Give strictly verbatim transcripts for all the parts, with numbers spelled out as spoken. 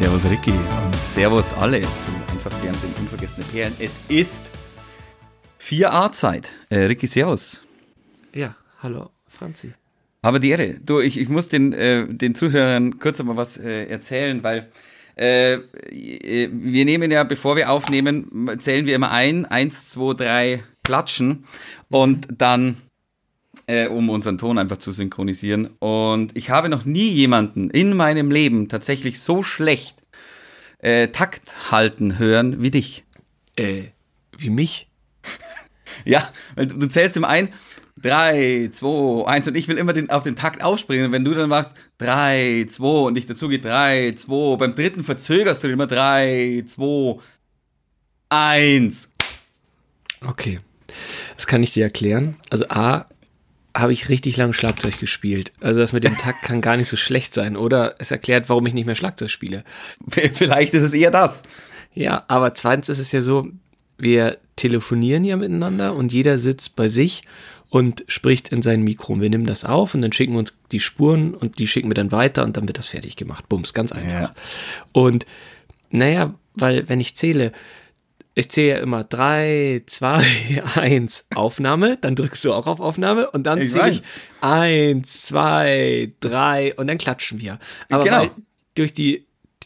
Servus Ricky und Servus alle zu Einfach Fernsehen, unvergessene Perlen. Es ist vier A-Zeit. Äh, Ricky, Servus. Ja, hallo Franzi. Aber die Ehre. Du, ich, ich muss den, äh, den Zuhörern kurz mal was äh, erzählen, weil äh, wir nehmen ja, bevor wir aufnehmen, zählen wir immer ein, eins, zwei, drei, klatschen und dann, äh, um unseren Ton einfach zu synchronisieren. Und ich habe noch nie jemanden in meinem Leben tatsächlich so schlecht äh, Takt halten hören wie dich. Äh, wie mich? Ja, weil du, du zählst immer ein, drei, zwei, eins und ich will immer den, auf den Takt aufspringen. Und wenn du dann machst drei, zwei und ich dazu geht drei, zwei, beim dritten verzögerst du immer drei, zwei, eins. Okay, das kann ich dir erklären. Also A, habe ich richtig lange Schlagzeug gespielt. Also das mit dem Takt kann gar nicht so schlecht sein. Oder es erklärt, warum ich nicht mehr Schlagzeug spiele. Vielleicht ist es eher das. Ja, aber zweitens ist es ja so, wir telefonieren ja miteinander und jeder sitzt bei sich und spricht in sein Mikro. Wir nehmen das auf und dann schicken wir uns die Spuren und die schicken wir dann weiter und dann wird das fertig gemacht. Bums, ganz einfach. Ja. Und naja, weil wenn ich zähle, ich zähle ja immer drei, zwei, eins, Aufnahme, dann drückst du auch auf Aufnahme und dann Ich zähle weiß. ich eins, zwei, drei und dann klatschen wir. Aber Genau. weil durch die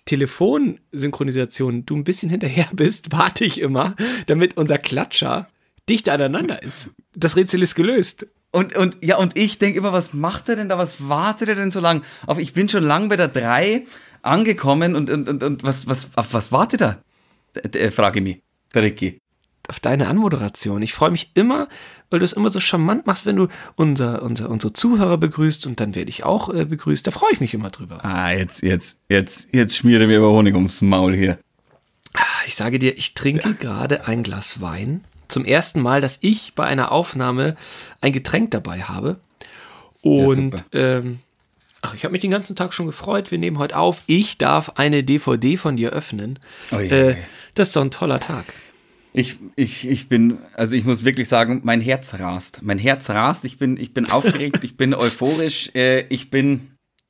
Telefonsynchronisation du ein bisschen hinterher bist, warte ich immer, damit unser Klatscher dicht aneinander ist. Das Rätsel ist gelöst. Und, und, ja, und ich denke immer, was macht er denn da? Was wartet er denn so lang? Auf, ich bin schon lang bei der drei angekommen und, und, und, und was, was, auf was wartet er? D- d- frage ich mich, der Ricky. Auf deine Anmoderation. Ich freue mich immer, weil du es immer so charmant machst, wenn du unser, unser, unsere Zuhörer begrüßt und dann werde ich auch äh, begrüßt. Da freue ich mich immer drüber. Ah, jetzt, jetzt, jetzt, jetzt schmiere mir aber Honig ums Maul hier. Ich sage dir, ich trinke gerade ein Glas Wein. Zum ersten Mal, dass ich bei einer Aufnahme ein Getränk dabei habe. Und Ja, ähm, ach, ich habe mich den ganzen Tag schon gefreut. Wir nehmen heute auf. Ich darf eine D V D von dir öffnen. Oh je, äh, je. das ist doch ein toller Tag. Ich, ich, ich bin, also ich muss wirklich sagen, mein Herz rast. Mein Herz rast, ich bin, ich bin aufgeregt, ich bin euphorisch, äh, ich bin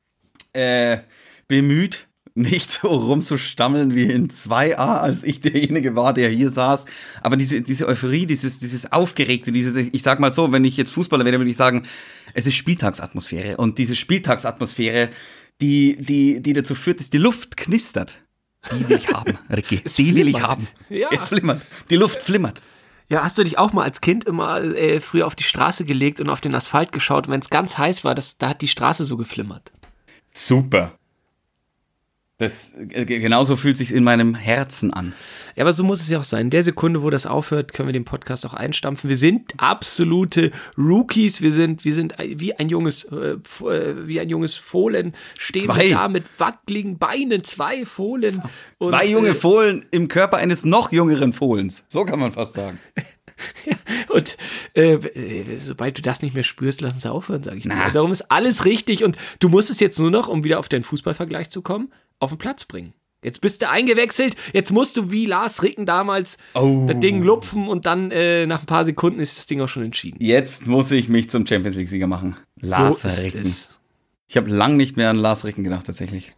äh, bemüht, nicht so rumzustammeln wie in zwei A, als ich derjenige war, der hier saß. Aber diese, diese Euphorie, dieses, dieses Aufgeregte, dieses, ich sag mal so, wenn ich jetzt Fußballer wäre, würde ich sagen, es ist Spieltagsatmosphäre. Und diese Spieltagsatmosphäre, die, die, die dazu führt, dass die Luft knistert. Die will ich haben, Ricky. Es Die will ich flimmert. haben. Ja. Es flimmert. Die Luft flimmert. Ja, hast du dich auch mal als Kind immer äh, früher auf die Straße gelegt und auf den Asphalt geschaut? Und wenn es ganz heiß war, das, da hat die Straße so geflimmert. Super. Das, äh, genauso fühlt sich in meinem Herzen an. Ja, aber so muss es ja auch sein. In der Sekunde, wo das aufhört, können wir den Podcast auch einstampfen. Wir sind absolute Rookies. Wir sind, wir sind wie ein junges, äh, F- äh, wie ein junges Fohlen. Stehen Zwei. wir da mit wackeligen Beinen. Zwei Fohlen. Und, Zwei junge äh, Fohlen im Körper eines noch jüngeren Fohlens. So kann man fast sagen. Und äh, sobald du das nicht mehr spürst, lass uns aufhören, sage ich dir. Na. Darum ist alles richtig und du musst es jetzt nur noch, um wieder auf den Fußballvergleich zu kommen, auf den Platz bringen. Jetzt bist du eingewechselt, jetzt musst du wie Lars Ricken damals Oh. das Ding lupfen und dann äh, nach ein paar Sekunden ist das Ding auch schon entschieden. Jetzt muss ich mich zum Champions League-Sieger machen. Lars so ist Ricken. es. Ich habe lang nicht mehr an Lars Ricken gedacht, tatsächlich.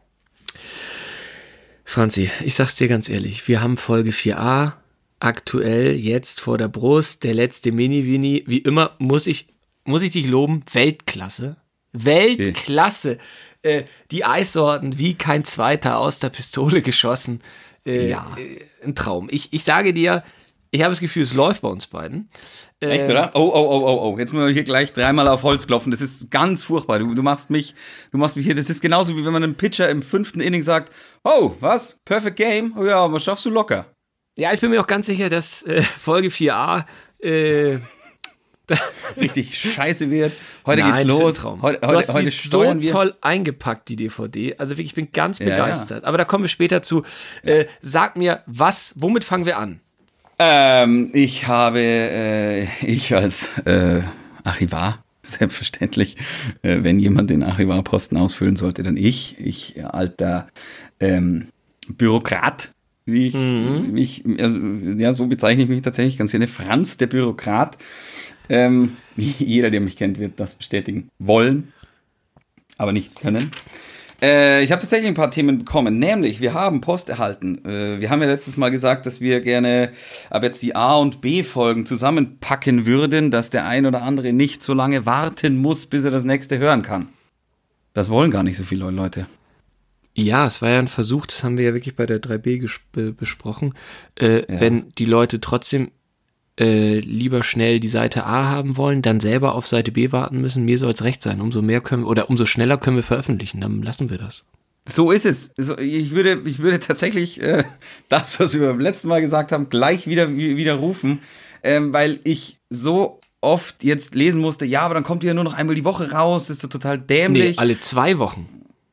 Franzi, ich sag's dir ganz ehrlich, wir haben Folge vier A aktuell jetzt vor der Brust, der letzte Mini-Vini. Wie immer muss ich, muss ich dich loben, Weltklasse. Weltklasse. Äh, die Eissorten wie kein Zweiter aus der Pistole geschossen. Äh, Ja. äh, ein Traum. Ich, ich sage dir, ich habe das Gefühl, es läuft bei uns beiden. Äh, Echt, oder? Oh, oh, oh, oh, oh. Jetzt müssen wir hier gleich dreimal auf Holz klopfen. Das ist ganz furchtbar. Du, du machst mich, du machst mich hier, das ist genauso wie wenn man einem Pitcher im fünften Inning sagt, oh, was? Perfect Game? Oh ja, was schaffst du locker? Ja, ich bin mir auch ganz sicher, dass äh, Folge vier A äh, Richtig scheiße wird. Heute Nein, geht's das ist los. ein Traum. Heute, du heute, hast heute sie steuern so wir. toll eingepackt, die D V D. Also wirklich, ich bin ganz Ja, begeistert. Aber da kommen wir später zu. Äh, sag mir, was, womit fangen wir an? Ähm, ich habe, äh, ich als äh, Archivar, selbstverständlich, äh, wenn jemand den Archivarposten ausfüllen sollte, dann ich. Ich, alter ähm, Bürokrat, wie ich Mhm. mich, also, ja, so bezeichne ich mich tatsächlich ganz gerne. Franz, der Bürokrat. Ähm, jeder, der mich kennt, wird das bestätigen wollen, aber nicht können. Äh, ich habe tatsächlich ein paar Themen bekommen, nämlich wir haben Post erhalten. Äh, wir haben ja letztes Mal gesagt, dass wir gerne ab jetzt die A- und B-Folgen zusammenpacken würden, dass der ein oder andere nicht so lange warten muss, bis er das nächste hören kann. Das wollen gar nicht so viele Leute. Ja, es war ja ein Versuch, das haben wir ja wirklich bei der drei B gesp- besprochen, äh, ja. Wenn die Leute trotzdem äh, lieber schnell die Seite A haben wollen, dann selber auf Seite B warten müssen, mir soll es recht sein, umso mehr können wir, oder umso schneller können wir veröffentlichen, dann lassen wir das. So ist es. Ich würde, ich würde tatsächlich äh, das, was wir beim letzten Mal gesagt haben, gleich wieder widerrufen, ähm, weil ich so oft jetzt lesen musste, ja, aber dann kommt die ja nur noch einmal die Woche raus, das ist doch total dämlich. Nee, alle zwei Wochen.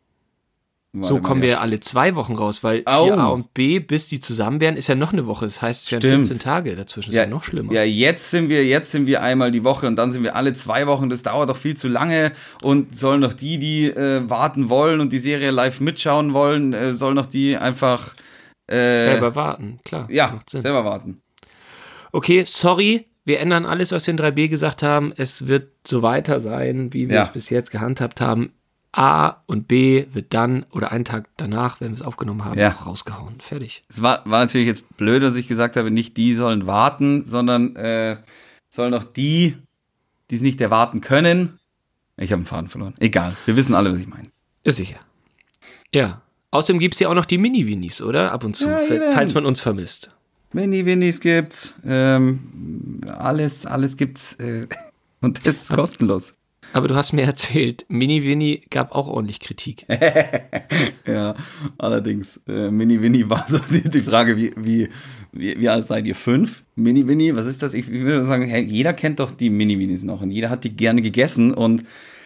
Warte so kommen wir ja alle zwei Wochen raus, weil oh. vier A und B, bis die zusammen werden, ist ja noch eine Woche. Das heißt, es wären vierzehn Tage dazwischen. Das ja, ist ja noch schlimmer. Ja, jetzt sind wir, jetzt sind wir einmal die Woche und dann sind wir alle zwei Wochen. Das dauert doch viel zu lange und sollen noch die, die äh, warten wollen und die Serie live mitschauen wollen, äh, sollen noch die einfach äh, selber warten, klar. Ja, selber warten. Okay, sorry. Wir ändern alles, was wir in drei B gesagt haben. Es wird so weiter sein, wie wir ja. es bis jetzt gehandhabt haben. A und B wird dann, oder einen Tag danach, wenn wir es aufgenommen haben, ja. auch rausgehauen. Fertig. Es war, war natürlich jetzt blöd, dass ich gesagt habe, nicht die sollen warten, sondern äh, sollen auch die, die es nicht erwarten können. Ich habe einen Faden verloren. Egal, wir wissen alle, was ich meine. Ist sicher. Ja. Außerdem gibt es ja auch noch die Mini-Winnies, oder? Ab und zu, ja, f- falls man uns vermisst. Mini-Winnies gibt's. Ähm, alles, alles gibt's. Äh, und das ist aber, kostenlos. Aber du hast mir erzählt, Mini-Winnie gab auch ordentlich Kritik. Ja, allerdings. Äh, Mini-Winnie war so die, die Frage, wie, wie, wie, wie alt seid ihr? Fünf? Mini-Winnie, was ist das? Ich, ich würde sagen, hey, jeder kennt doch die Mini-Winnies noch und jeder hat die gerne gegessen und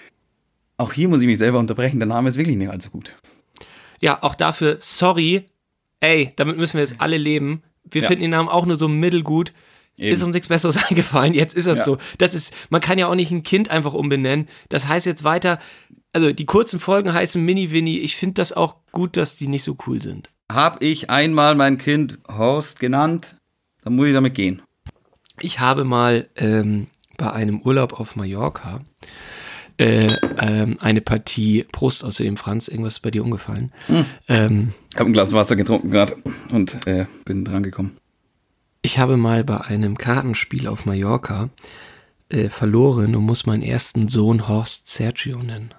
auch hier muss ich mich selber unterbrechen, der Name ist wirklich nicht allzu gut. Ja, auch dafür, sorry, ey, damit müssen wir jetzt alle leben. Wir ja. finden den Namen auch nur so mittelgut. Eben. Ist uns nichts Besseres eingefallen, jetzt ist das ja. so. Das ist, man kann ja auch nicht ein Kind einfach umbenennen. Das heißt jetzt weiter, also die kurzen Folgen heißen Mini-Winnie. Ich finde das auch gut, dass die nicht so cool sind. Hab ich einmal mein Kind Horst genannt, dann muss ich damit gehen. Ich habe mal ähm, bei einem Urlaub auf Mallorca äh, ähm, eine Partie, Prost außerdem, Franz, irgendwas ist bei dir umgefallen. Hm. Ähm, ich habe ein Glas Wasser getrunken gerade und äh, bin dran gekommen. Ich habe mal bei einem Kartenspiel auf Mallorca äh, verloren und muss meinen ersten Sohn Horst Sergio nennen.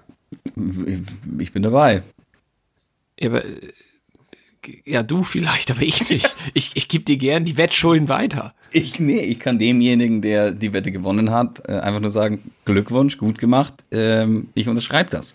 Ich bin dabei. Ja, aber, ja, du vielleicht, aber ich nicht. ich ich gebe dir gern die Wettschulden weiter. Ich, nee, ich kann demjenigen, der die Wette gewonnen hat, äh, einfach nur sagen, Glückwunsch, gut gemacht. Ähm, ich unterschreibe das.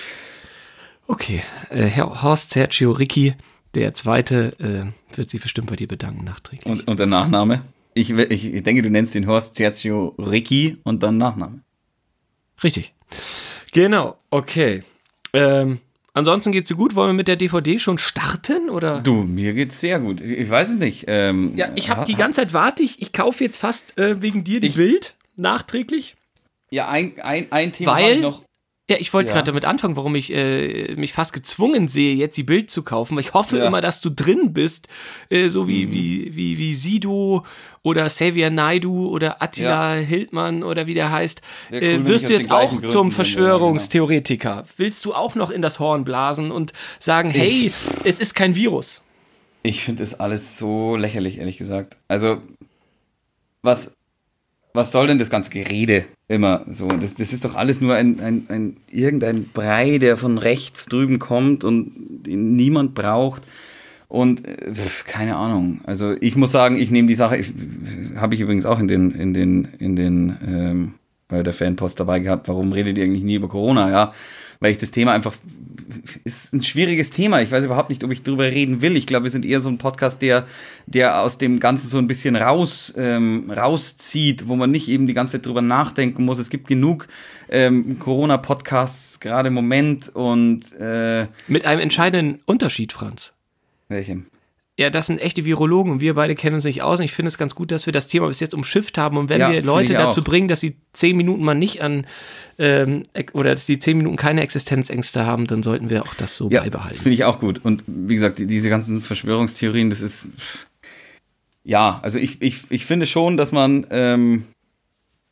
Okay, äh, Herr Horst Sergio Ricky, der Zweite, äh, wird sich bestimmt bei dir bedanken nachträglich. Und, und der Nachname? Ich, ich, ich denke, du nennst ihn Horst Sergio Ricky und dann Nachname. Richtig. Genau, okay. Ähm, ansonsten geht's dir gut? Wollen wir mit der D V D schon starten? Oder? Du, mir geht's sehr gut. Ich weiß es nicht. Ähm, ja, ich habe die ganze Zeit warte ich. Ich kaufe jetzt fast äh, wegen dir die ich, Bild nachträglich. Ja, ein, ein, ein Thema Weil, ich noch. Ja, ich wollte ja. gerade damit anfangen, warum ich äh, mich fast gezwungen sehe, jetzt die Bild zu kaufen. Weil ich hoffe ja. immer, dass du drin bist, äh, so wie, mhm. wie, wie, wie Sido oder Xavier Naidoo oder Attila ja. Hildmann oder wie der heißt. Cool, äh, wirst du jetzt auch Gründen zum Verschwörungstheoretiker? Ja, genau. Willst du auch noch in das Horn blasen und sagen, hey, ich, es ist kein Virus? Ich finde das alles so lächerlich, ehrlich gesagt. Also, was... Was soll denn das ganze Gerede immer so? Das, das ist doch alles nur ein, ein, ein irgendein Brei, der von rechts drüben kommt und den niemand braucht. Und äh, keine Ahnung. Also ich muss sagen, ich nehme die Sache, habe ich übrigens auch in den, in den, in den, ähm, bei der Fanpost dabei gehabt, warum redet ihr eigentlich nie über Corona, ja? Weil ich das Thema einfach, ist ein schwieriges Thema. Ich weiß überhaupt nicht, ob ich drüber reden will. Ich glaube, wir sind eher so ein Podcast, der, der aus dem Ganzen so ein bisschen raus, ähm, rauszieht, wo man nicht eben die ganze Zeit drüber nachdenken muss. Es gibt genug ähm, Corona-Podcasts gerade im Moment und äh, mit einem entscheidenden Unterschied, Franz. Welchem? Ja, das sind echte Virologen und wir beide kennen uns nicht aus. Und ich finde es ganz gut, dass wir das Thema bis jetzt umschifft haben. Und wenn ja, wir Leute dazu bringen, dass sie zehn Minuten mal nicht an, ähm, oder dass die zehn Minuten keine Existenzängste haben, dann sollten wir auch das so ja, beibehalten. Finde ich auch gut. Und wie gesagt, die, diese ganzen Verschwörungstheorien, das ist, ja, also ich, ich, ich finde schon, dass man, ähm,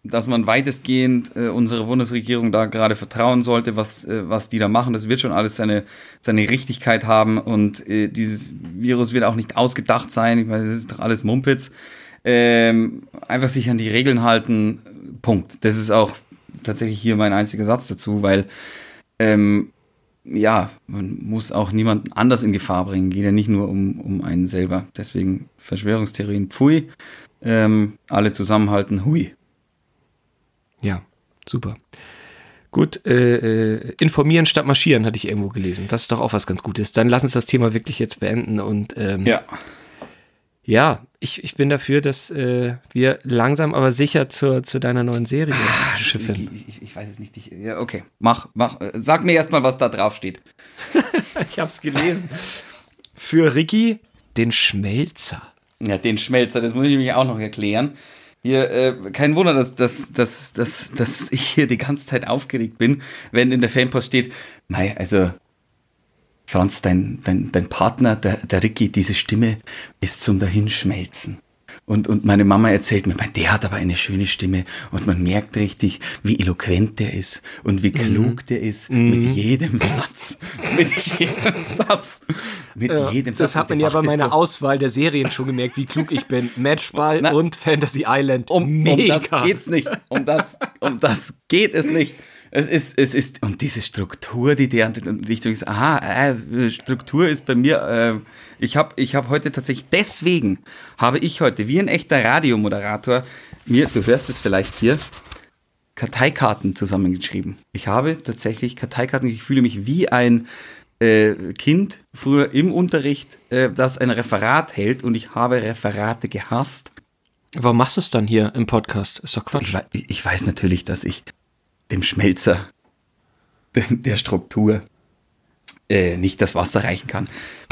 dass man weitestgehend äh, unserer Bundesregierung da gerade vertrauen sollte, was, äh, was die da machen. Das wird schon alles seine, seine Richtigkeit haben und äh, dieses Virus wird auch nicht ausgedacht sein. Ich meine, das ist doch alles Mumpitz. Ähm, einfach sich an die Regeln halten, Punkt. Das ist auch tatsächlich hier mein einziger Satz dazu, weil ähm, ja, man muss auch niemanden anders in Gefahr bringen. Geht ja nicht nur um, um einen selber. Deswegen Verschwörungstheorien, pfui. Ähm, alle zusammenhalten, hui. Ja, super. Gut, äh, äh, informieren statt marschieren, hatte ich irgendwo gelesen. Das ist doch auch was ganz Gutes. Dann lass uns das Thema wirklich jetzt beenden. Und ähm, ja, ja ich, ich bin dafür, dass äh, wir langsam aber sicher zur, zu deiner neuen Serie ah, schiffen. Ich, ich, ich weiß es nicht. Ich, ja, okay, mach, mach. Sag mir erstmal, was da drauf steht. Ich hab's gelesen. Für Ricky den Schmelzer. Ja, den Schmelzer, das muss ich mir auch noch erklären. Hier, äh, kein Wunder, dass, dass, dass, dass, dass ich hier die ganze Zeit aufgeregt bin, wenn in der Fanpost steht, mei, also Franz, dein, dein, dein Partner, der, der Ricky, diese Stimme ist zum Dahinschmelzen. Und, und meine Mama erzählt mir, der hat aber eine schöne Stimme und man merkt richtig, wie eloquent der ist und wie klug mm. der ist mm. mit jedem Satz. Mit jedem Satz. Mit ja, jedem das Satz. hat man ja bei meiner so Auswahl der Serien schon gemerkt, wie klug ich bin. Matchball Na, und Fantasy Island. Um, Mega. um das geht's nicht. Um das, um das geht es nicht. Es ist, es ist, und diese Struktur, die der Richtung ist, aha, äh, Struktur ist bei mir, äh, ich habe ich hab heute tatsächlich, deswegen habe ich heute, wie ein echter Radiomoderator, mir, du hörst es vielleicht hier, Karteikarten zusammengeschrieben. Ich habe tatsächlich Karteikarten, ich fühle mich wie ein äh, Kind früher im Unterricht, äh, das ein Referat hält und ich habe Referate gehasst. Warum machst du es dann hier im Podcast? Ist doch Quatsch. Ich, ich weiß natürlich, dass ich dem Schmelzer der Struktur äh, nicht das Wasser reichen kann.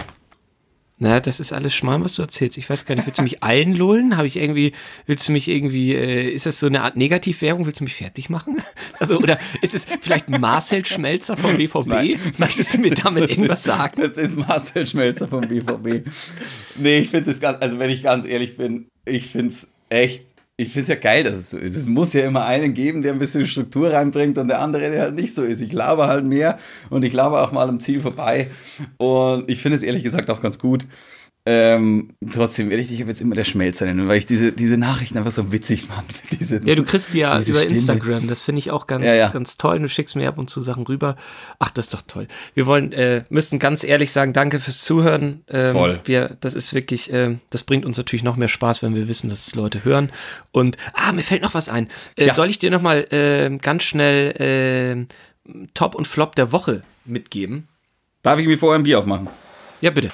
Na, das ist alles Schmarrn, was du erzählst. Ich weiß gar nicht, willst du mich einlullen? Habe ich irgendwie, willst du mich irgendwie, äh, ist das so eine Art Negativwerbung? Willst du mich fertig machen? Also, oder ist es vielleicht Marcel Schmelzer vom B V B? Nein. Möchtest du mir damit das irgendwas ist, sagen? Das ist Marcel Schmelzer vom B V B. Nee, ich finde das ganz, also wenn ich ganz ehrlich bin, ich finde es echt, ich finde es ja geil, dass es so ist. Es muss ja immer einen geben, der ein bisschen Struktur reinbringt und der andere, der halt nicht so ist. Ich glaube halt mehr und ich glaube auch mal am Ziel vorbei. Und ich finde es ehrlich gesagt auch ganz gut. Ähm, trotzdem werde ich dich jetzt immer der Schmelzer nennen, weil ich diese, diese Nachrichten einfach so witzig fand. Diese, ja, du kriegst die ja über Stimme. Instagram, das finde ich auch ganz, ja, ja. ganz toll. Du schickst mir ab und zu Sachen rüber. Ach, das ist doch toll. Wir wollen, äh, müssen ganz ehrlich sagen, danke fürs Zuhören. Ähm, Voll. Wir, das ist wirklich, äh, das bringt uns natürlich noch mehr Spaß, wenn wir wissen, dass es Leute hören. Und, ah, mir fällt noch was ein. Äh, ja. Soll ich dir nochmal äh, ganz schnell äh, Top und Flop der Woche mitgeben? Darf ich mir vorher ein Bier aufmachen? Ja, bitte.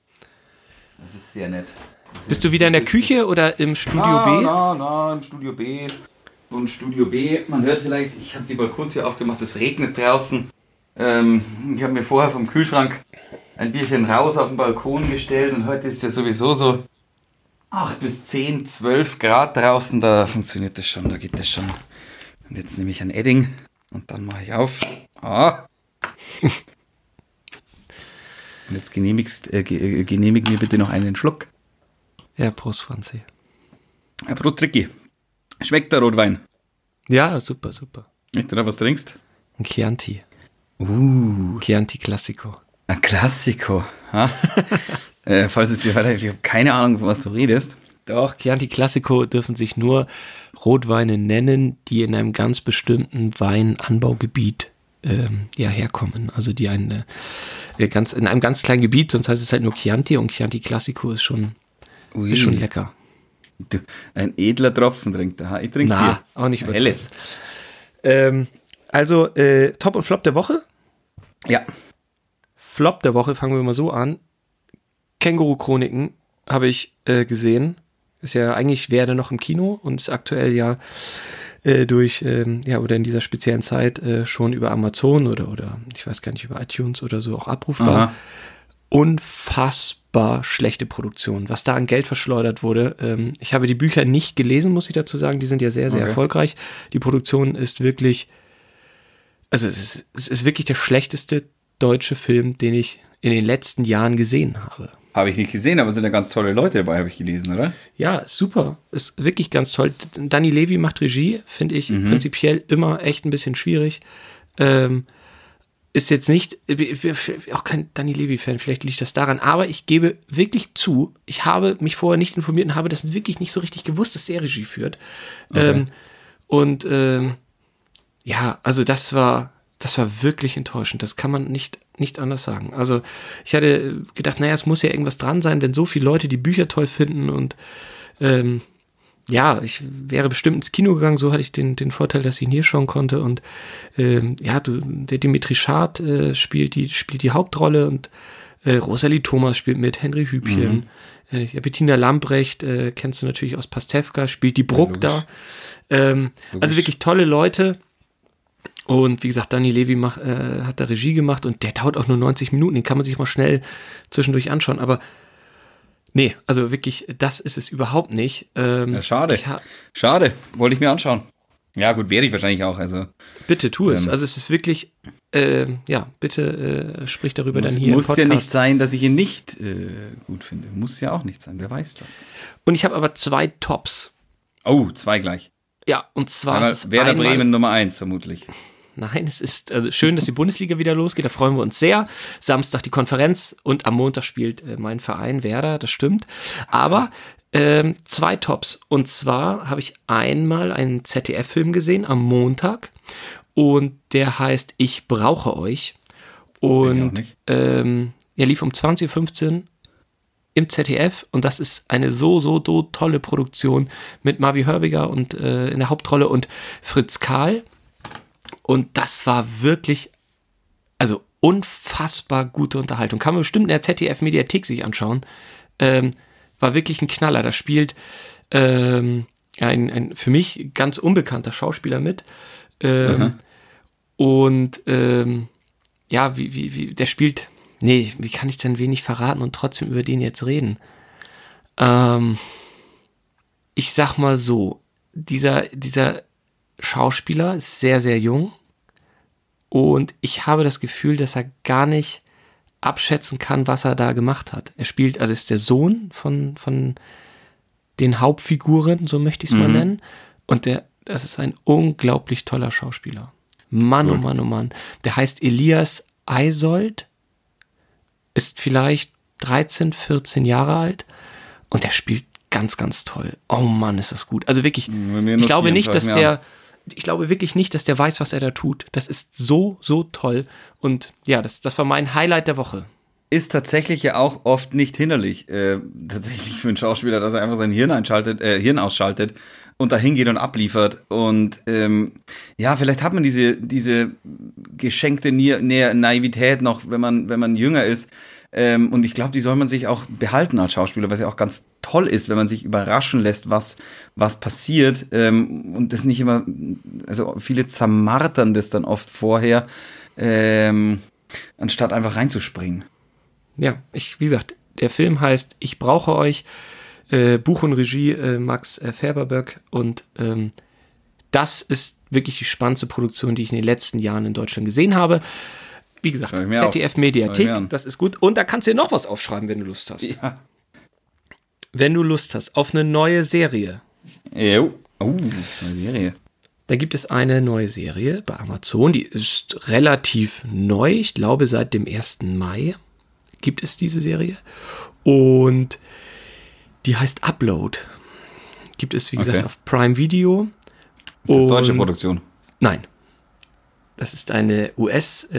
Das ist sehr nett. Das Bist du wieder in der Küche oder im Studio na, B? Na, na, im Studio B. Und Studio B, man hört vielleicht, ich habe die Balkontür aufgemacht, es regnet draußen. Ähm, ich habe mir vorher vom Kühlschrank ein Bierchen raus auf den Balkon gestellt und heute ist ja sowieso so acht bis zehn, zwölf Grad draußen, da funktioniert das schon, da geht das schon. Und jetzt nehme ich ein Edding und dann mache ich auf. Ah. Und jetzt genehmigst, äh, genehmig mir bitte noch einen Schluck. Ja, Prost, Franzi. Ja, Prost, Ricky. Schmeckt der Rotwein? Ja, super, super. Wenn du da was trinkst? Ein Chianti. Uh. Chianti Classico. Ein Classico. äh, falls es dir weiter, ich habe keine Ahnung, von was du redest. Doch, Chianti Classico dürfen sich nur Rotweine nennen, die in einem ganz bestimmten Weinanbaugebiet ähm, ja, herkommen. Also die eine, äh, ganz, in einem ganz kleinen Gebiet, sonst heißt es halt nur Chianti und Chianti Classico ist schon, ist schon lecker. Du, ein edler Tropfen trinkt er. Ich trinke Na, Bier. auch nicht über Helles. Ähm, also, äh, Top und Flop der Woche? Ja. Flop der Woche, fangen wir mal so an. Känguru-Chroniken habe ich äh, gesehen. Ist ja eigentlich, wäre noch im Kino und ist aktuell ja äh, durch, ähm, ja, oder in dieser speziellen Zeit äh, schon über Amazon oder, oder ich weiß gar nicht, über iTunes oder so auch abrufbar. Aha. Unfassbar schlechte Produktion, was da an Geld verschleudert wurde. Ähm, ich habe die Bücher nicht gelesen, muss ich dazu sagen. Die sind ja sehr, sehr okay. erfolgreich. Die Produktion ist wirklich, also es ist, es ist wirklich der schlechteste deutsche Film, den ich in den letzten Jahren gesehen habe. Habe ich nicht gesehen, aber sind ja ganz tolle Leute dabei, habe ich gelesen, oder? Ja, super. Ist wirklich ganz toll. Danny Levy macht Regie, finde ich mhm. prinzipiell immer echt ein bisschen schwierig. Ähm, ist jetzt nicht, ich bin auch kein Danny Levy-Fan, vielleicht liegt das daran, aber ich gebe wirklich zu, ich habe mich vorher nicht informiert und habe das wirklich nicht so richtig gewusst, dass der Regie führt. Okay. Ähm, und ähm, ja, also das war, das war wirklich enttäuschend. Das kann man nicht, nicht anders sagen. Also ich hatte gedacht, naja, es muss ja irgendwas dran sein, wenn so viele Leute die Bücher toll finden und ähm, ja, ich wäre bestimmt ins Kino gegangen, so hatte ich den, den Vorteil, dass ich ihn hier schauen konnte und ähm, ja, du, der Dimitri Schad äh, spielt, die, spielt die Hauptrolle und äh, Rosalie Thomas spielt mit, Henry Hübchen, mhm. äh, ja, Bettina Lambrecht äh, kennst du natürlich aus Pastewka, spielt die Bruck ja, da. Ähm, also wirklich tolle Leute. Und wie gesagt, Danny Levy mach, äh, hat da Regie gemacht und der dauert auch nur neunzig Minuten, den kann man sich mal schnell zwischendurch anschauen, aber nee, also wirklich, das ist es überhaupt nicht. Ähm, ja, schade, ha- schade, wollte ich mir anschauen. Ja gut, werde ich wahrscheinlich auch, also. Bitte tu es, ähm, also es ist wirklich, äh, ja, bitte äh, sprich darüber muss, dann hier muss im Podcast. Muss ja nicht sein, dass ich ihn nicht äh, gut finde, muss ja auch nicht sein, wer weiß das. Und ich habe aber zwei Tops. Oh, zwei gleich. Ja, und zwar aber ist es Werder einmal, Bremen Nummer eins vermutlich. Nein, es ist also schön, dass die Bundesliga wieder losgeht, da freuen wir uns sehr. Samstag die Konferenz und am Montag spielt äh, mein Verein Werder, das stimmt. Aber ähm, zwei Tops. Und zwar habe ich einmal einen Z D F-Film gesehen am Montag und der heißt Ich brauche euch. Und ähm, er lief um zwanzig Uhr fünfzehn im Z D F und das ist eine so, so, so tolle Produktion mit Marvi Hörbiger und äh, in der Hauptrolle und Fritz Kahl. Und das war wirklich, also unfassbar gute Unterhaltung. Kann man bestimmt in der Z D F-Mediathek sich anschauen. Ähm, war wirklich ein Knaller. Da spielt ähm, ein, ein für mich ganz unbekannter Schauspieler mit. Ähm, und ähm, ja, wie, wie, wie, der spielt, nee, wie kann ich denn wenig verraten und trotzdem über den jetzt reden? Ähm, ich sag mal so, dieser, dieser Schauspieler ist sehr, sehr jung und ich habe das Gefühl, dass er gar nicht abschätzen kann, was er da gemacht hat. Er spielt, also ist der Sohn von, von den Hauptfiguren, so möchte ich es mhm. mal nennen, und der, das ist ein unglaublich toller Schauspieler. Mann, cool. oh Mann, oh Mann. Der heißt Elias Eisold, ist vielleicht dreizehn, vierzehn Jahre alt und der spielt ganz, ganz toll. Oh Mann, ist das gut. Also wirklich, ich glaube nicht, dass der Ich glaube wirklich nicht, dass der weiß, was er da tut. Das ist so, so toll. Und ja, das, das war mein Highlight der Woche. Ist tatsächlich ja auch oft nicht hinderlich, äh, tatsächlich für einen Schauspieler, dass er einfach sein Hirn einschaltet, äh, Hirn ausschaltet und dahin geht und abliefert. Und ähm, ja, vielleicht hat man diese, diese geschenkte Na- Naivität noch, wenn man, wenn man jünger ist. Ähm, und ich glaube, die soll man sich auch behalten als Schauspieler, was ja auch ganz toll ist, wenn man sich überraschen lässt, was, was passiert. Ähm, und das nicht immer, also viele zermartern das dann oft vorher, ähm, anstatt einfach reinzuspringen. Ja, ich, wie gesagt, der Film heißt Ich brauche euch, äh, Buch und Regie äh, Max äh, Färberböck und ähm, das ist wirklich die spannendste Produktion, die ich in den letzten Jahren in Deutschland gesehen habe. Wie gesagt, Z D F-Mediathek, das ist gut. Und da kannst du dir noch was aufschreiben, wenn du Lust hast. Ja. Wenn du Lust hast auf eine neue Serie. Jo. Oh, das ist eine Serie. Da gibt es eine neue Serie bei Amazon, die ist relativ neu. Ich glaube, seit dem ersten Mai gibt es diese Serie. Und die heißt Upload. Gibt es, wie gesagt, okay. auf Prime Video. Ist das deutsche Produktion? Nein. Das ist eine U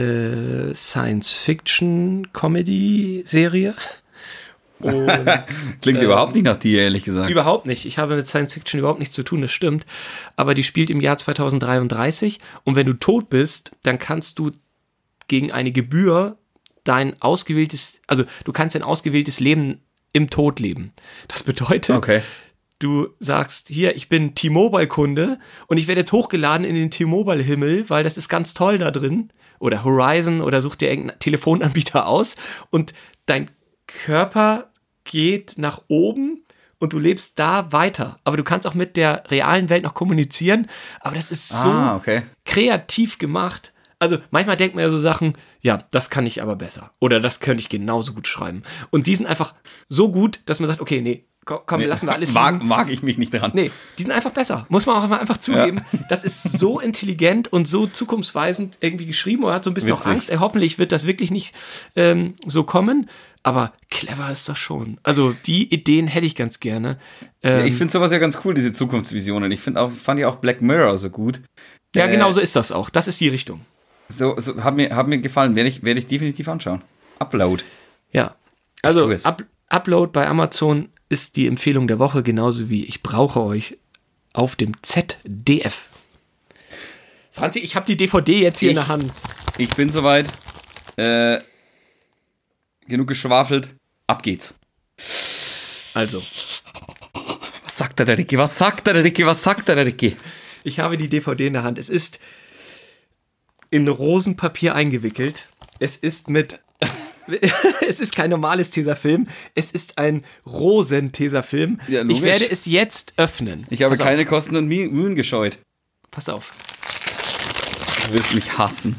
S-Science-Fiction-Comedy-Serie. Klingt äh, überhaupt nicht nach dir, ehrlich gesagt. Überhaupt nicht. Ich habe mit Science-Fiction überhaupt nichts zu tun, das stimmt. Aber die spielt im Jahr zweitausenddreiunddreißig. Und wenn du tot bist, dann kannst du gegen eine Gebühr dein ausgewähltes, also du kannst ein ausgewähltes Leben im Tod leben. Das bedeutet, okay. du sagst, hier, ich bin T-Mobile-Kunde und ich werde jetzt hochgeladen in den T-Mobile-Himmel, weil das ist ganz toll da drin. Oder Horizon oder such dir irgendeinen Telefonanbieter aus und dein Körper geht nach oben und du lebst da weiter. Aber du kannst auch mit der realen Welt noch kommunizieren. Aber das ist so ah, okay. kreativ gemacht. Also manchmal denkt man ja so Sachen, ja, das kann ich aber besser. Oder das könnte ich genauso gut schreiben. Und die sind einfach so gut, dass man sagt, okay, nee, komm, komm Nee, lassen wir alles mag, liegen. mag ich mich nicht dran. Nee, die sind einfach besser. Muss man auch mal einfach zugeben. Ja. Das ist so intelligent und so zukunftsweisend irgendwie geschrieben. Man hat so ein bisschen Witzig. auch Angst. Ey, hoffentlich wird das wirklich nicht ähm, so kommen. Aber clever ist das schon. Also die Ideen hätte ich ganz gerne. Ähm, Ja, ich finde sowas ja ganz cool, diese Zukunftsvisionen. Ich find auch, fand ja auch Black Mirror so gut. ja, Äh, genau so ist das auch. Das ist die Richtung. So, so hat mir, hat mir gefallen. Werde ich, werd ich definitiv anschauen. Upload. Ja. Also tu es. Up- Upload bei Amazon ist die Empfehlung der Woche, genauso wie ich brauche euch auf dem Z D F. Franzi, ich habe die D V D jetzt hier Ich- in der Hand. Ich bin soweit. Äh, genug geschwafelt. Ab geht's. Also, Was sagt er, der Ricky? Was sagt er, der Ricky? Was sagt er, der Ricky? ich habe die D V D in der Hand. Es ist in Rosenpapier eingewickelt. Es ist mit... es ist kein normales Tesafilm. Es ist ein Rosen-Tesafilm. Ja, logisch. Ich werde es jetzt öffnen. Ich habe Pass keine auf. Kosten und Mühen Mühen gescheut. Pass auf. Du wirst mich hassen.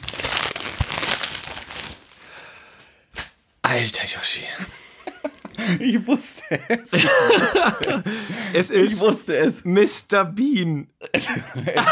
Alter Joshi. Ich wusste es. Es Ich ist wusste es. Mister Bean. Es ist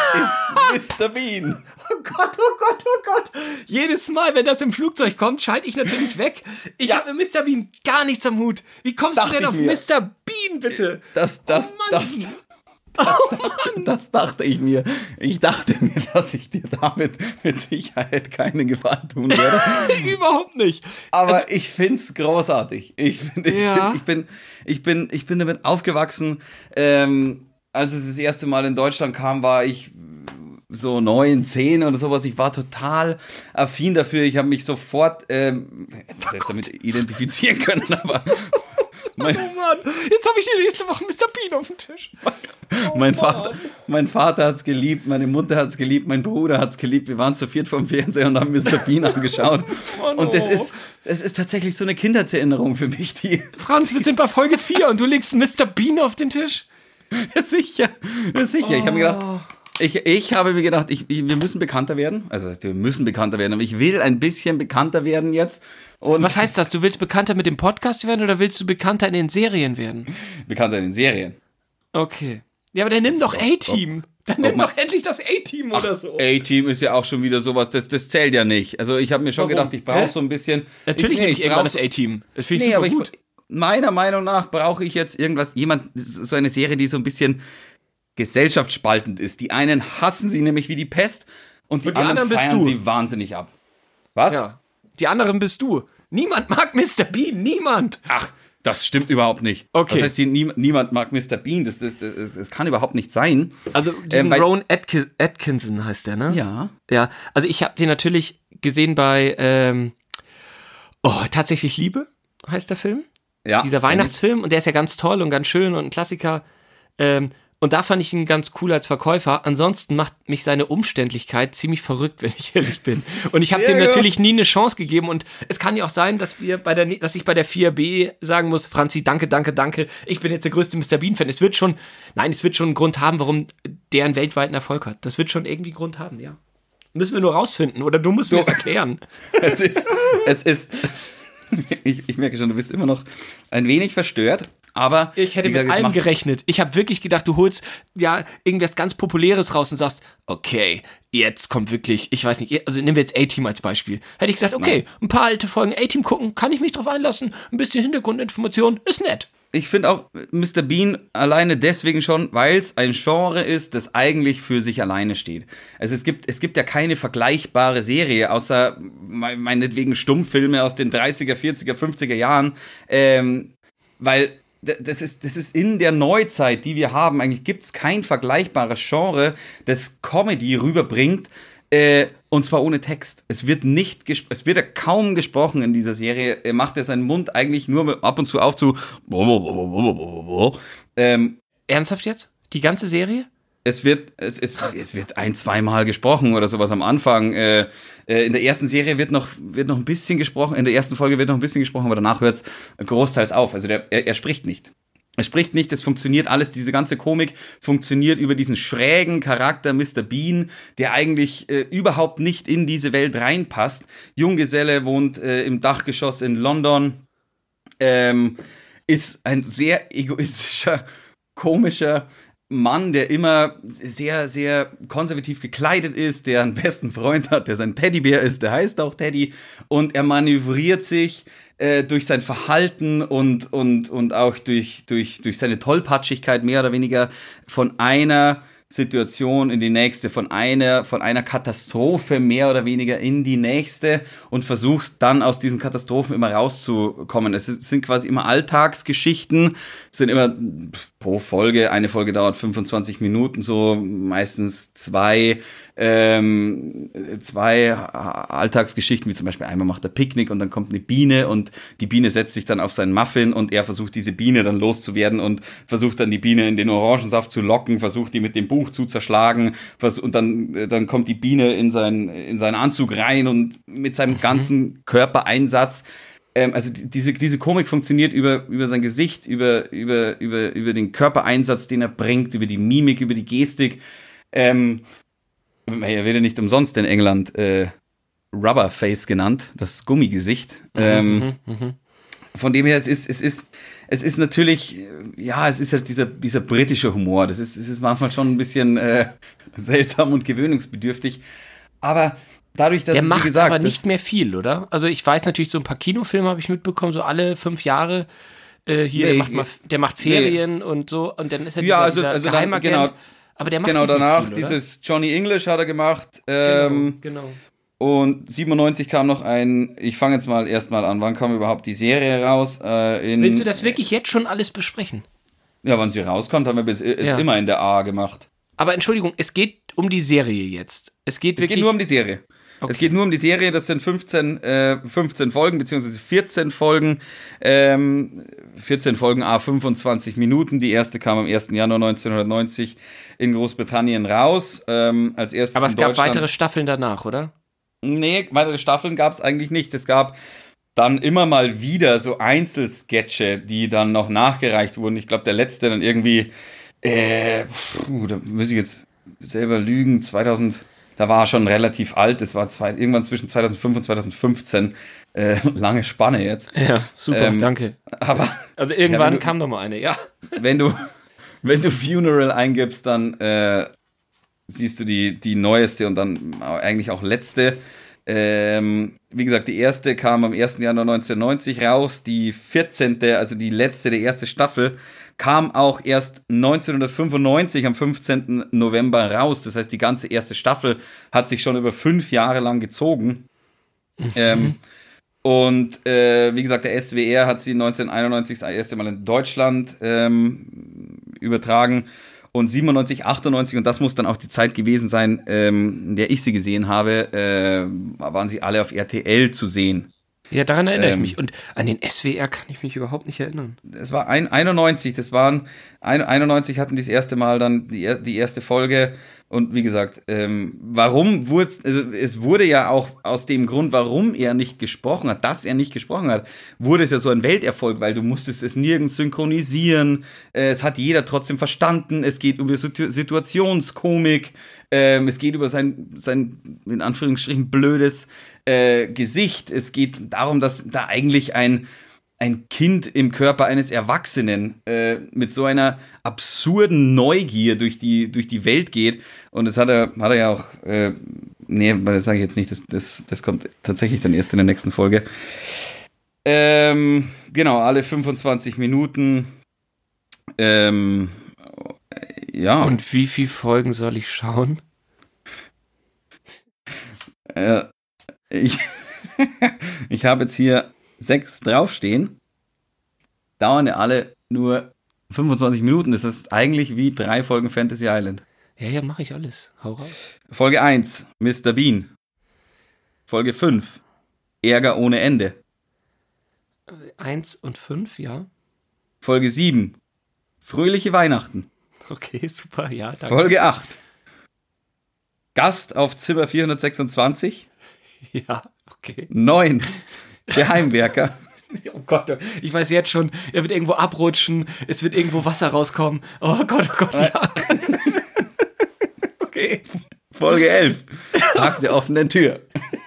Mister Bean. Oh Gott, oh Gott, oh Gott. Jedes Mal, wenn das im Flugzeug kommt, schalte ich natürlich weg. Ich Ja. habe mit Mister Bean gar nichts am Hut. Wie kommst Dachte du denn ich auf mir. Mister Bean, bitte? Das, das, Oh Mann. das, das, das dachte ich mir. Ich dachte mir, dass ich dir damit mit Sicherheit keinen Gefallen tun werde. Überhaupt nicht. Aber ich find's großartig. Ich, find, ich, Ja. find, ich, bin, ich, bin, ich bin damit aufgewachsen. Ähm, als es das erste Mal in Deutschland kam, war ich so neun, zehn oder sowas. Ich war total affin dafür. Ich habe mich sofort ähm, was heißt damit identifizieren können, aber mein, Oh Mann, jetzt habe ich die nächste Woche Mister Bean auf dem Tisch. Oh mein, Mann. Vater, mein Vater hat's geliebt, meine Mutter hat's geliebt, mein Bruder hat's geliebt. Wir waren zu viert vom Fernseher und haben Mister Bean angeschaut. Mann, Und das oh. ist, das ist tatsächlich so eine Kindheitserinnerung für mich, die Franz, wir sind bei Folge vier und du legst Mister Bean auf den Tisch? Ja, sicher, ja, sicher. Ich habe mir gedacht, ich, ich habe mir gedacht, ich, ich, wir müssen bekannter werden. Also das heißt, wir müssen bekannter werden, aber ich will ein bisschen bekannter werden jetzt. Und Was heißt das? Du willst bekannter mit dem Podcast werden oder willst du bekannter in den Serien werden? bekannter in den Serien. Okay. Ja, aber dann nimm doch A-Team. Dann nimm man- doch endlich das A-Team oder so. A-Team ist ja auch schon wieder sowas, das, das zählt ja nicht. Also ich habe mir schon Warum? gedacht, ich brauche Hä? so ein bisschen. Natürlich ich, nee, nehme ich irgendwann brauch- das A-Team. Das finde ich Nee, super aber gut. ich, meiner Meinung nach brauche ich jetzt irgendwas, jemand, so eine Serie, die so ein bisschen gesellschaftsspaltend ist. Die einen hassen sie nämlich wie die Pest und die, Und die anderen, anderen bist feiern du. sie wahnsinnig ab. Was? Ja. Die anderen bist du. Niemand mag Mister Bean. Niemand. Ach, das stimmt überhaupt nicht. Okay. Das heißt, die, nie, niemand mag Mister Bean. Das, das, das, das kann überhaupt nicht sein. Also diesen Ähm, weil- Rowan Atki- Atkinson heißt der, ne? Ja. Ja, also ich habe den natürlich gesehen bei ähm, oh, Tatsächlich Liebe heißt der Film. Ja. Dieser Weihnachtsfilm und der ist ja ganz toll und ganz schön und ein Klassiker. Ähm, und da fand ich ihn ganz cool als Verkäufer. Ansonsten macht mich seine Umständlichkeit ziemlich verrückt, wenn ich ehrlich bin. Und ich habe Sehr dem gut. natürlich nie eine Chance gegeben. Und es kann ja auch sein, dass wir bei der, dass ich bei der vier B sagen muss, Franzi, danke, danke, danke. Ich bin jetzt der größte Mister Bean-Fan. Es wird schon, nein, es wird schon einen Grund haben, warum der einen weltweiten Erfolg hat. Das wird schon irgendwie einen Grund haben, ja. Müssen wir nur rausfinden. Oder du musst mir das erklären. Es ist, es ist, ich, ich merke schon, du bist immer noch ein wenig verstört, aber Ich hätte wie gesagt, mit es allem macht- gerechnet. Ich habe wirklich gedacht, du holst ja irgendwas ganz Populäres raus und sagst, okay, jetzt kommt wirklich, ich weiß nicht, also nehmen wir jetzt A-Team als Beispiel. Hätte ich gesagt, okay, ein paar alte Folgen A-Team gucken, kann ich mich drauf einlassen, ein bisschen Hintergrundinformation, ist nett. Ich finde auch Mister Bean alleine deswegen schon, weil es ein Genre ist, das eigentlich für sich alleine steht. Also es gibt, es gibt ja keine vergleichbare Serie, außer me- meinetwegen Stummfilme aus den dreißiger, vierziger, fünfziger Jahren, ähm, weil d- das ist, das ist in der Neuzeit, die wir haben, eigentlich gibt es kein vergleichbares Genre, das Comedy rüberbringt, äh, und zwar ohne Text. Es wird nicht, gesp- es wird ja kaum gesprochen in dieser Serie. Er macht ja seinen Mund eigentlich nur mit- ab und zu auf zu. Ähm, Ernsthaft jetzt? Die ganze Serie? es wird, es, es, es wird ein, zweimal gesprochen oder sowas am Anfang. Äh, äh, in der ersten Serie wird noch, wird noch ein bisschen gesprochen, in der ersten Folge wird noch ein bisschen gesprochen, aber danach hört es großteils auf. Also der, er, er spricht nicht. Er spricht nicht, es funktioniert alles, diese ganze Komik funktioniert über diesen schrägen Charakter Mister Bean, der eigentlich äh, überhaupt nicht in diese Welt reinpasst. Junggeselle, wohnt äh, im Dachgeschoss in London, ähm, ist ein sehr egoistischer, komischer Mann, der immer sehr, sehr konservativ gekleidet ist, der einen besten Freund hat, der sein Teddybär ist, der heißt auch Teddy, und er manövriert sich äh, durch sein Verhalten und, und, und auch durch, durch, durch seine Tollpatschigkeit mehr oder weniger von einer Situation in die nächste, von einer, von einer Katastrophe mehr oder weniger in die nächste und versuchst dann aus diesen Katastrophen immer rauszukommen. Es sind quasi immer Alltagsgeschichten, es sind immer pro Folge, eine Folge dauert fünfundzwanzig Minuten, so meistens zwei, ähm, zwei Alltagsgeschichten, wie zum Beispiel einmal macht er Picknick und dann kommt eine Biene und die Biene setzt sich dann auf seinen Muffin und er versucht diese Biene dann loszuwerden und versucht dann die Biene in den Orangensaft zu locken, versucht die mit dem Buch zu zerschlagen und dann, dann kommt die Biene in, sein, in seinen Anzug rein und mit seinem ganzen Körpereinsatz. Ähm, also diese, diese Komik funktioniert über, über sein Gesicht, über, über, über, über den Körpereinsatz, den er bringt, über die Mimik, über die Gestik. Ähm, er wird ja nicht umsonst in England äh, Rubberface genannt, das Gummigesicht. Mhm, Ähm, mhm. Von dem her, es ist, es ist, es ist natürlich, ja, es ist halt dieser, dieser britische Humor. Das ist, es ist manchmal schon ein bisschen äh, seltsam und gewöhnungsbedürftig. Aber dadurch, dass der es, macht wie gesagt, aber nicht mehr viel, oder? Also ich weiß natürlich, so ein paar Kinofilme habe ich mitbekommen, so alle fünf Jahre. Äh, hier, Nee, der, macht mal, der macht Ferien nee. und so. Und dann ist er Ja, dieser, also, dieser also dann, Geheimagent. genau, aber der macht genau nicht mehr danach viel, oder? dieses Johnny English hat er gemacht. Ähm, Genau, genau. Und siebenundneunzig kam noch ein, ich fange jetzt mal erstmal an, wann kam überhaupt die Serie raus? Äh, in, Willst du das wirklich jetzt schon alles besprechen? Ja, wann sie rauskommt, haben wir bis jetzt Ja. immer in der A gemacht. Aber Entschuldigung, es geht um die Serie jetzt. Es geht Es wirklich. geht nur um die Serie. Okay. Es geht nur um die Serie, das sind fünfzehn, äh, fünfzehn Folgen, beziehungsweise vierzehn Folgen. Ähm, vierzehn Folgen, a fünfundzwanzig Minuten. Die erste kam am ersten Januar neunzehnhundertneunzig in Großbritannien raus. Ähm, als erstes Aber es in gab Deutschland. weitere Staffeln danach, oder? Nee, weitere Staffeln gab es eigentlich nicht. Es gab dann immer mal wieder so Einzelsketche, die dann noch nachgereicht wurden. Ich glaube, der letzte dann irgendwie, äh, puh, da muss ich jetzt selber lügen, zweitausend, da war er schon relativ alt. Das war zwei, irgendwann zwischen zweitausendfünf und zweitausendfünfzehn. Äh, lange Spanne jetzt. Ja, super, Ähm, danke. Aber Also irgendwann ja, du, kam noch mal eine, ja. wenn du, wenn du Funeral eingibst, dann äh, siehst du die, die neueste und dann eigentlich auch letzte. Ähm, wie gesagt, die erste kam am ersten Januar neunzehnhundertneunzig raus. Die vierzehnte, also die letzte, der erste Staffel, kam auch erst neunzehnhundertfünfundneunzig am fünfzehnten November raus. Das heißt, die ganze erste Staffel hat sich schon über fünf Jahre lang gezogen. Mhm. Ähm, und äh, wie gesagt, der S W R hat sie neunzehnhunderteinundneunzig das erste Mal in Deutschland ähm, übertragen. Und siebenundneunzig, achtundneunzig, und das muss dann auch die Zeit gewesen sein, ähm, in der ich sie gesehen habe, äh, waren sie alle auf R T L zu sehen. Ja, daran erinnere Ähm, ich mich. Und an den S W R kann ich mich überhaupt nicht erinnern. Es war ein, einundneunzig, das waren, ein, einundneunzig hatten die das erste Mal dann die, die erste Folge. Und wie gesagt, ähm, warum wurde also es wurde ja auch aus dem Grund, warum er nicht gesprochen hat, dass er nicht gesprochen hat, wurde es ja so ein Welterfolg, weil du musstest es nirgends synchronisieren, äh, es hat jeder trotzdem verstanden, es geht über Situ- Situationskomik, ähm, es geht über sein, sein, in Anführungsstrichen, blödes äh, Gesicht, es geht darum, dass da eigentlich ein ein Kind im Körper eines Erwachsenen äh, mit so einer absurden Neugier durch die, durch die Welt geht. Und das hat er, hat er ja auch, äh, nee, das sage ich jetzt nicht, das, das, das kommt tatsächlich dann erst in der nächsten Folge. Ähm, genau, alle fünfundzwanzig Minuten. Ähm, ja. Und wie viele Folgen soll ich schauen? Äh, ich ich habe jetzt hier sechs draufstehen, dauern ja alle nur fünfundzwanzig Minuten. Das ist eigentlich wie drei Folgen Fantasy Island. Ja, ja, mache ich alles. Hau raus. Folge eins, Mister Bean. Folge fünf, Ärger ohne Ende. Eins und fünf, ja. Folge sieben, Fröhliche Weihnachten. Okay, super, ja, danke. Folge acht, Gast auf Zimmer vierhundertsechsundzwanzig. Ja, okay. neun, Der Heimwerker. Oh Gott, ich weiß jetzt schon, er wird irgendwo abrutschen, es wird irgendwo Wasser rauskommen. Oh Gott, oh Gott, ja. Okay. Folge elf. Tag der offenen Tür.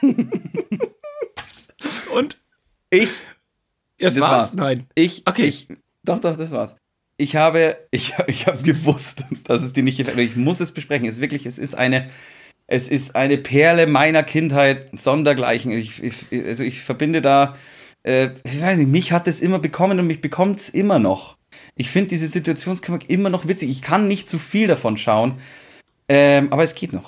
Und? Ich. Das, das war's? war's? Nein. Ich. Okay. Ich, doch, doch, das war's. Ich habe, ich, ich habe gewusst, dass es dir nicht gefällt. Ich muss es besprechen. Es ist wirklich, es ist eine, es ist eine Perle meiner Kindheit, sondergleichen. Ich, ich, also ich verbinde da, äh, ich weiß nicht, mich hat es immer bekommen und mich bekommt es immer noch. Ich finde diese Situationskomik immer noch witzig. Ich kann nicht zu viel davon schauen, ähm, aber es geht noch.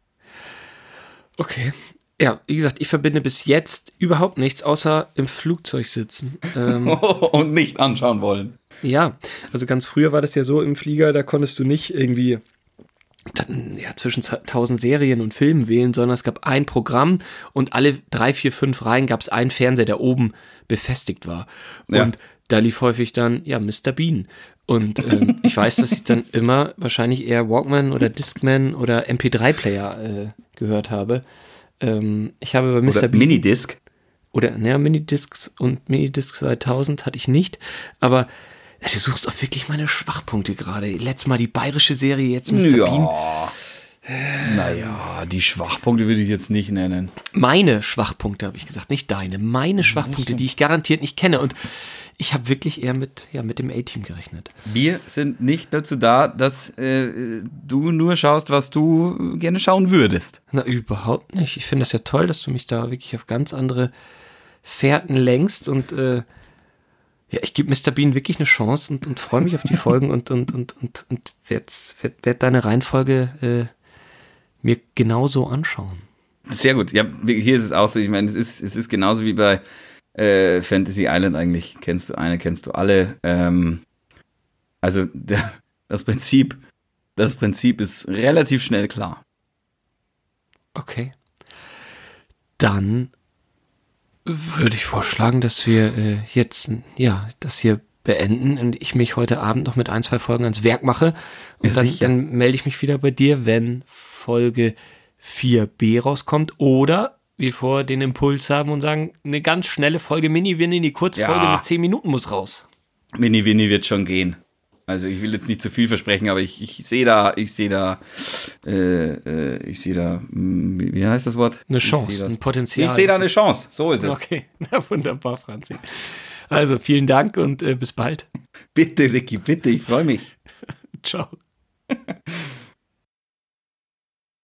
Okay. Ja, wie gesagt, ich verbinde bis jetzt überhaupt nichts, außer im Flugzeug sitzen. Ähm, und nicht anschauen wollen. Ja, also ganz früher war das ja so im Flieger, da konntest du nicht irgendwie dann, ja, zwischen tausend Serien und Filmen wählen, sondern es gab ein Programm und alle drei, vier, fünf Reihen gab es einen Fernseher, der oben befestigt war. Ja. Und da lief häufig dann, ja, Mister Bean. Und ähm, ich weiß, dass ich dann immer wahrscheinlich eher Walkman oder Discman oder M P drei Player äh, gehört habe. Ähm, ich habe bei Mister Oder Bean... Minidisc. Oder, naja, Minidiscs und Minidisc zweitausend hatte ich nicht, aber ja, du suchst auch wirklich meine Schwachpunkte gerade. Letztes Mal die bayerische Serie, jetzt Mister Ja. Bean. Naja, die Schwachpunkte würde ich jetzt nicht nennen. Meine Schwachpunkte, habe ich gesagt, nicht deine. Meine Schwachpunkte, die ich garantiert nicht kenne. Und ich habe wirklich eher mit, ja, mit dem A-Team gerechnet. Wir sind nicht dazu da, dass äh, du nur schaust, was du gerne schauen würdest. Na, überhaupt nicht. Ich finde es ja toll, dass du mich da wirklich auf ganz andere Fährten lenkst. Und äh, ja, ich gebe Mister Bean wirklich eine Chance und, und freue mich auf die Folgen und, und, und, und, und werde werd, werd deine Reihenfolge äh, mir genauso anschauen. Sehr gut. Ja, hier ist es auch so. Ich meine, es ist, es ist genauso wie bei äh, Fantasy Island eigentlich. Kennst du eine, kennst du alle. Ähm, also der, das Prinzip, das Prinzip ist relativ schnell klar. Okay. Dann würde ich vorschlagen, dass wir äh, jetzt ja das hier beenden und ich mich heute Abend noch mit ein, zwei Folgen ans Werk mache. Und ja, dann, dann melde ich mich wieder bei dir, wenn Folge vier b rauskommt. Oder wir vorher den Impuls haben und sagen, eine ganz schnelle Folge Mini-Winnie, die Kurzfolge ja. mit zehn Minuten muss raus. Mini-Winnie wird schon gehen. Also ich will jetzt nicht zu viel versprechen, aber ich, ich sehe da, ich sehe da, äh, äh, ich sehe da, wie, wie heißt das Wort? Eine Chance, ein Potenzial. Ich sehe da eine Chance, so ist es. Okay, na wunderbar, Franzi. Also vielen Dank und äh, bis bald. Bitte, Ricky, bitte, ich freue mich. Ciao.